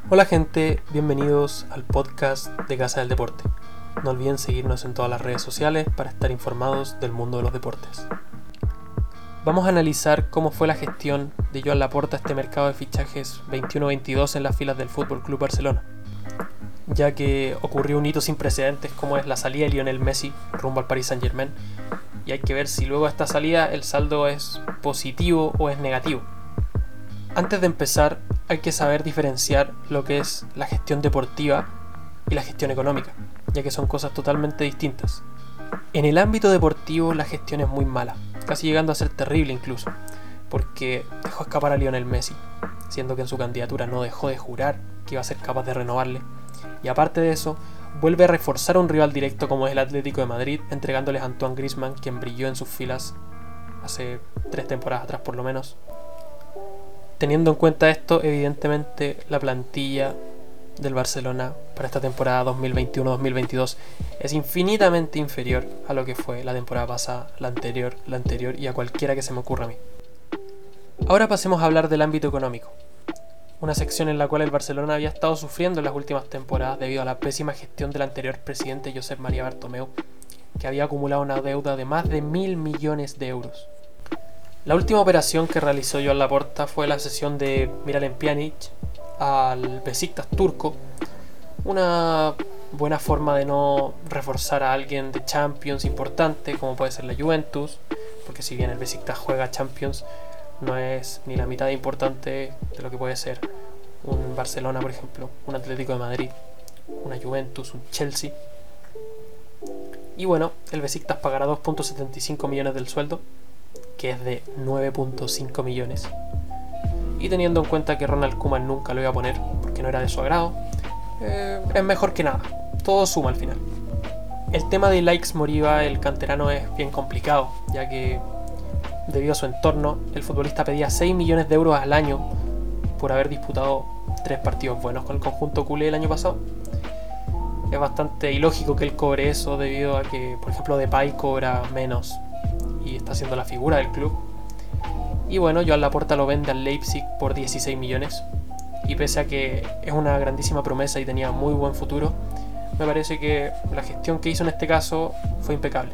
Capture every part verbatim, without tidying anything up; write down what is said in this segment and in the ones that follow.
Hola gente, bienvenidos al podcast de Casa del Deporte. No olviden seguirnos en todas las redes sociales para estar informados del mundo de los deportes. Vamos a analizar cómo fue la gestión de Joan Laporta a este mercado de fichajes veintiuno veintidós en las filas del F C Barcelona, ya que ocurrió un hito sin precedentes como es la salida de Lionel Messi rumbo al Paris Saint-Germain, y hay que ver si luego de esta salida el saldo es positivo o es negativo. Antes de empezar, hay que saber diferenciar lo que es la gestión deportiva y la gestión económica, ya que son cosas totalmente distintas. En el ámbito deportivo la gestión es muy mala, casi llegando a ser terrible incluso, porque dejó escapar a Lionel Messi, siendo que en su candidatura no dejó de jurar que iba a ser capaz de renovarle, y aparte de eso, vuelve a reforzar a un rival directo como es el Atlético de Madrid, entregándoles a Antoine Griezmann, quien brilló en sus filas hace tres temporadas atrás por lo menos. Teniendo en cuenta esto, evidentemente la plantilla del Barcelona para esta temporada dos mil veintiuno dos mil veintidós es infinitamente inferior a lo que fue la temporada pasada, la anterior, la anterior y a cualquiera que se me ocurra a mí. Ahora pasemos a hablar del ámbito económico, una sección en la cual el Barcelona había estado sufriendo en las últimas temporadas debido a la pésima gestión del anterior presidente Josep María Bartomeu, que había acumulado una deuda de más de mil millones de euros. La última operación que realizó Joan Laporta fue la cesión de Miralem Pjanic al Beşiktaş turco, una buena forma de no reforzar a alguien de Champions importante como puede ser la Juventus, porque si bien el Beşiktaş juega Champions, no es ni la mitad de importante de lo que puede ser un Barcelona, por ejemplo, un Atlético de Madrid, una Juventus, un Chelsea. Y bueno, el Beşiktaş pagará dos punto setenta y cinco millones del sueldo, que es de nueve punto cinco millones, y teniendo en cuenta que Ronald Koeman nunca lo iba a poner porque no era de su agrado, eh, es mejor que nada, todo suma al final. El tema de Laiks Moriba, el canterano, es bien complicado, ya que debido a su entorno, el futbolista pedía seis millones de euros al año por haber disputado tres partidos buenos con el conjunto culé el año pasado. Es bastante ilógico que él cobre eso debido a que, por ejemplo, Depay cobra menos y está siendo la figura del club. Y bueno, Joan Laporta lo vende al Leipzig por dieciséis millones, y pese a que es una grandísima promesa y tenía muy buen futuro, me parece que la gestión que hizo en este caso fue impecable.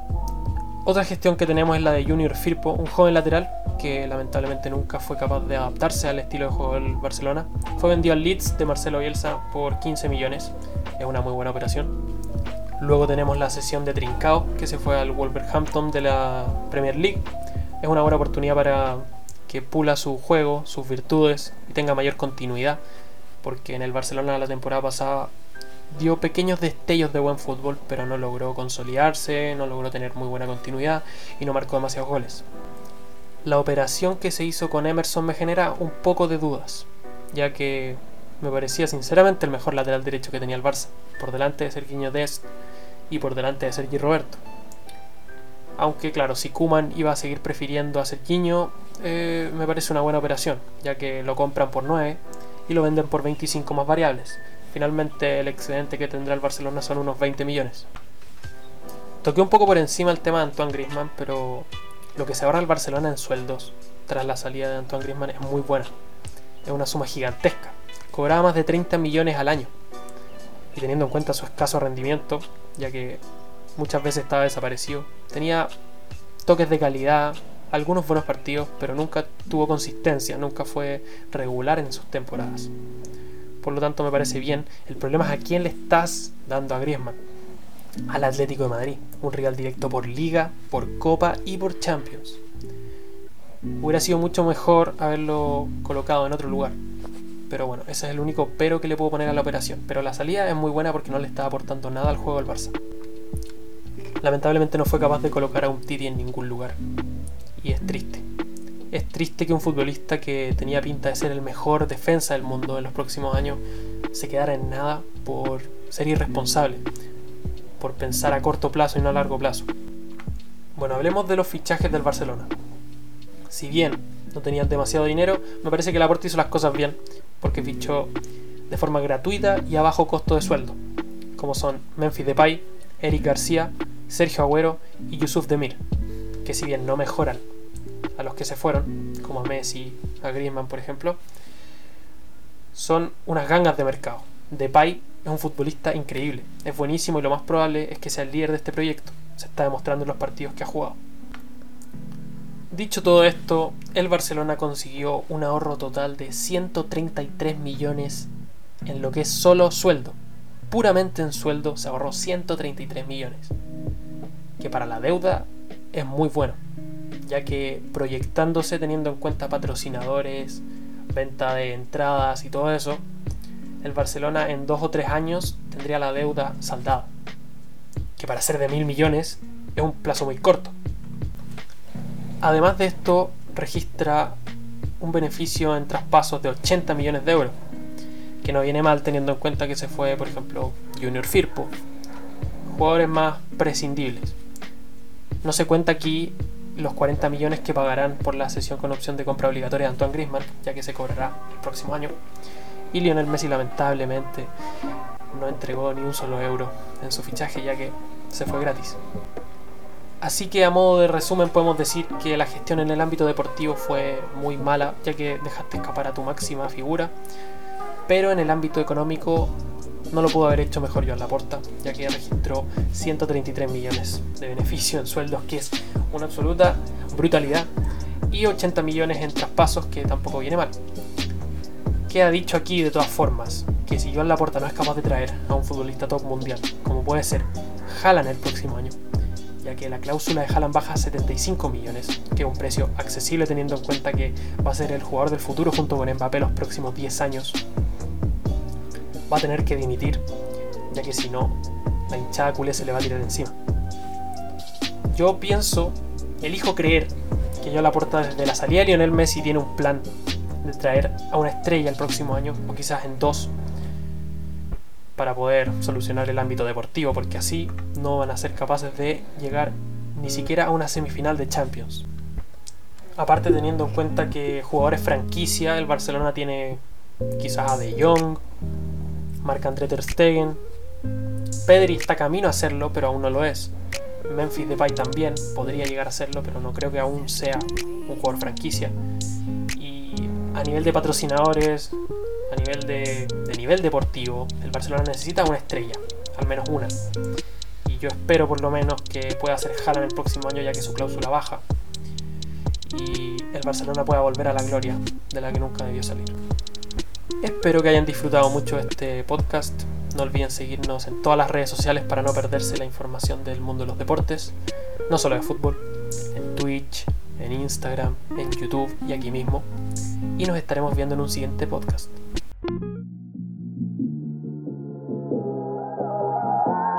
Otra gestión que tenemos es la de Junior Firpo, un joven lateral que lamentablemente nunca fue capaz de adaptarse al estilo de juego del Barcelona. Fue vendido al Leeds de Marcelo Bielsa por quince millones, es una muy buena operación. Luego tenemos la cesión de Trincao, que se fue al Wolverhampton de la Premier League. Es una buena oportunidad para que pula su juego, sus virtudes y tenga mayor continuidad, porque en el Barcelona la temporada pasada dio pequeños destellos de buen fútbol, pero no logró consolidarse, no logró tener muy buena continuidad y no marcó demasiados goles. La operación que se hizo con Emerson me genera un poco de dudas, ya que me parecía sinceramente el mejor lateral derecho que tenía el Barça, por delante de Sergiño Dest y por delante de Sergi Roberto. Aunque claro, si Koeman iba a seguir prefiriendo a Sergiño, eh, me parece una buena operación, ya que lo compran por nueve y lo venden por veinticinco más variables. Finalmente el excedente que tendrá el Barcelona son unos veinte millones. Toqué un poco por encima el tema de Antoine Griezmann, pero lo que se ahorra el Barcelona en sueldos tras la salida de Antoine Griezmann es muy buena. Es una suma gigantesca. Cobraba más de treinta millones al año, y teniendo en cuenta su escaso rendimiento, ya que muchas veces estaba desaparecido, tenía toques de calidad, algunos buenos partidos, pero nunca tuvo consistencia, nunca fue regular en sus temporadas. Por lo tanto me parece bien. El problema es a quién le estás dando a Griezmann. Al Atlético de Madrid, un rival directo por Liga, por Copa y por Champions. Hubiera sido mucho mejor haberlo colocado en otro lugar, pero bueno, ese es el único pero que le puedo poner a la operación. Pero la salida es muy buena porque no le está aportando nada al juego del Barça. Lamentablemente no fue capaz de colocar a Umtiti en ningún lugar, y es triste. Es triste que un futbolista que tenía pinta de ser el mejor defensa del mundo en los próximos años se quedara en nada por ser irresponsable, por pensar a corto plazo y no a largo plazo. Bueno, hablemos de los fichajes del Barcelona. Si bien no tenían demasiado dinero, me parece que Laporta hizo las cosas bien, porque fichó de forma gratuita y a bajo costo de sueldo, como son Memphis Depay, Eric García, Sergio Agüero y Yusuf Demir, que si bien no mejoran a los que se fueron, como a Messi, a Griezmann por ejemplo, son unas gangas de mercado. Depay es un futbolista increíble, es buenísimo y lo más probable es que sea el líder de este proyecto. Se está demostrando en los partidos que ha jugado. Dicho todo esto, el Barcelona consiguió un ahorro total de ciento treinta y tres millones en lo que es solo sueldo. Puramente en sueldo se ahorró ciento treinta y tres millones, que para la deuda es muy bueno, ya que proyectándose teniendo en cuenta patrocinadores, venta de entradas y todo eso, el Barcelona en dos o tres años tendría la deuda saldada, que para ser de mil millones es un plazo muy corto. Además de esto, registra un beneficio en traspasos de ochenta millones de euros, que no viene mal teniendo en cuenta que se fue, por ejemplo, Junior Firpo, jugadores más prescindibles. No se cuenta aquí los cuarenta millones que pagarán por la cesión con opción de compra obligatoria de Antoine Griezmann, ya que se cobrará el próximo año. Y Lionel Messi lamentablemente no entregó ni un solo euro en su fichaje, ya que se fue gratis. Así que a modo de resumen podemos decir que la gestión en el ámbito deportivo fue muy mala, ya que dejaste escapar a tu máxima figura, pero en el ámbito económico no lo pudo haber hecho mejor Joan Laporta, ya que registró ciento treinta y tres millones de beneficio en sueldos, que es una absoluta brutalidad, y ochenta millones en traspasos, que tampoco viene mal. Queda dicho aquí de todas formas que si Joan Laporta no es capaz de traer a un futbolista top mundial, como puede ser Haaland el próximo año, ya que la cláusula de Haaland baja a setenta y cinco millones, que es un precio accesible teniendo en cuenta que va a ser el jugador del futuro junto con Mbappé los próximos diez años, va a tener que dimitir, ya que si no, la hinchada culé se le va a tirar encima. Yo pienso, elijo creer que Joan Laporta desde la salida de Lionel Messi tiene un plan de traer a una estrella el próximo año, o quizás en dos, para poder solucionar el ámbito deportivo, porque así no van a ser capaces de llegar ni siquiera a una semifinal de Champions. Aparte, teniendo en cuenta que jugadores franquicia, el Barcelona tiene quizás a De Jong, Marc-André ter Stegen, Pedri está camino a hacerlo, pero aún no lo es. Memphis Depay también podría llegar a serlo, pero no creo que aún sea un jugador franquicia. Y a nivel de patrocinadores, a nivel de, de nivel deportivo, el Barcelona necesita una estrella, al menos una. Y yo espero por lo menos que pueda ser Haaland el próximo año, ya que su cláusula baja, y el Barcelona pueda volver a la gloria de la que nunca debió salir. Espero que hayan disfrutado mucho este podcast. No olviden seguirnos en todas las redes sociales para no perderse la información del mundo de los deportes, no solo de fútbol, en Twitch, en Instagram, en YouTube y aquí mismo. Y nos estaremos viendo en un siguiente podcast.